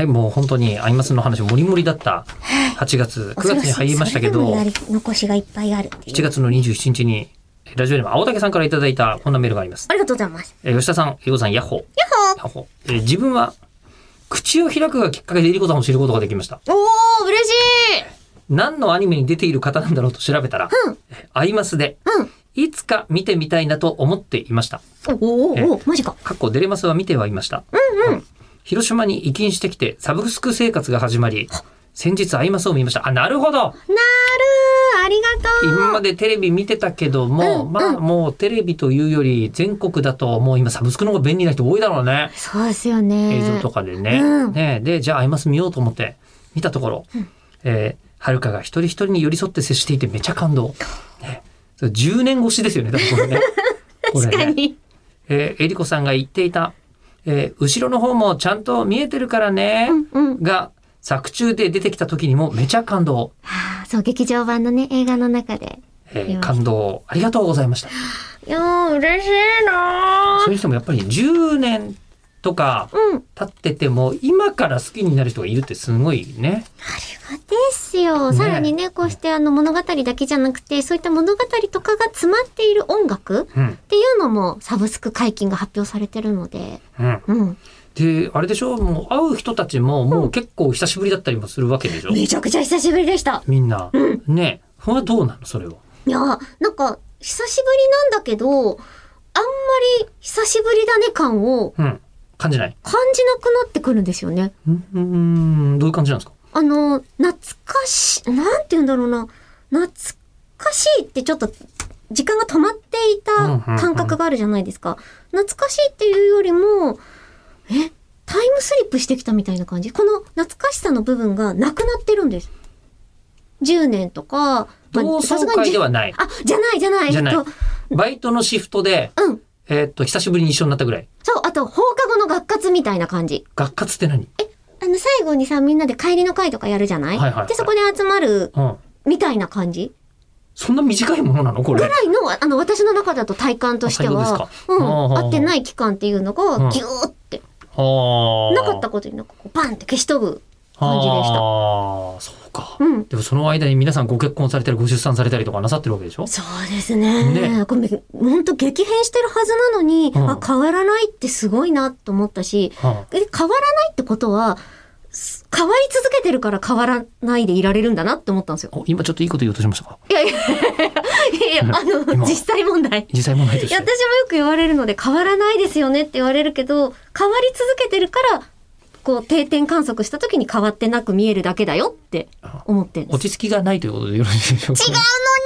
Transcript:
はい、もう本当にアイマスの話もりもりだった8月、9月に入りましたけど、 やり残しがいっぱいあるっていう。 7月の27日に、ラジオネーム青竹さんからいただいたこんなメールがあります。 ありがとうございます。 吉田さん、えりこさん、ヤッホー。 やっヤッホー。自分は、口を開くがきっかけでえりこさんを知ることができました。 ほー。おー、嬉しい。 何のアニメに出ている方なんだろうと調べたら、アイマスで、いつか見てみたいなと思っていました。 おマジか。 過去デレマスは見てはいました。広島に移勤してきてサブスク生活が始まり、先日アイマスを見ました。あ、なるほど。 ありがとう。 今までテレビ見てたけども、もうテレビというより全国だともう今サブスクの方が便利な人多いだろうね。 そうですよね。 映像とかでね。ねで、じゃあアイマス見ようと思って見たところ、はるかが一人一人に寄り添って接していてめちゃ感動。10年越しですよね、多分これね。 確かに。 えりこさんが言っていた、後ろの方もちゃんと見えてるからね、が作中で出てきた時にもめちゃ感動。 そう、劇場版のね、映画の中で。 感動ありがとうございました。 いやー、嬉しいなー。 そういう人もやっぱり10年とか経ってても、今から好きになる人がいるってすごいね。 あれはですよ。さらにね、こうして物語だけじゃなくて、そういった物語とかが詰まっている音楽っていうのもサブスク解禁が発表されてるので。 で、あれでしょ、もう会う人たちももう結構久しぶりだったりもするわけでしょ。 めちゃくちゃ久しぶりでした。 みんな。ね。はどうなのそれは。 いや、なんか、久しぶりなんだけど、あんまり久しぶりだね感を、 感じない。 感じなくなってくるんですよね。 どういう感じなんですか？ 懐かしい、なんて言うんだろうな。懐かしいってちょっと、時間が止まっていた感覚があるじゃないですか。懐かしいっていうよりも、タイムスリップしてきたみたいな感じ。この懐かしさの部分がなくなってるんです。10年とか、 同窓会ではない。 じゃない。 バイトのシフトで、久しぶりに一緒になったぐらい。 そう、あと放課後の学活みたいな感じ。 学活って何？ 最後にさ、みんなで帰りの会とかやるじゃない？で、そこで集まる、みたいな感じ。 そんな短いものなのこれ？ ぐらいの、私の中でと体感としては、会ってない期間っていうのが、ギューって、なかったことになんかこう、バンって消し飛ぶ感じでした。 そうか。でもその間に皆さんご結婚されたりご出産されたりとかなさってるわけでしょ？ そうですね。これ本当激変してるはずなのに、変わらないってすごいなと思ったし、変わらないってことは、変わり続けてるから変わらないでいられるんだなって思ったんですよ。 今ちょっといいこと言おうとしましたか？いや、 実際問題。 実際問題として。 私もよく言われるので、変わらないですよねって言われるけど、変わり続けてるから、こう定点観測した時に変わってなく見えるだけだよって思ってるんです。 落ち着きがないということでよろしいでしょうか？ 違うのに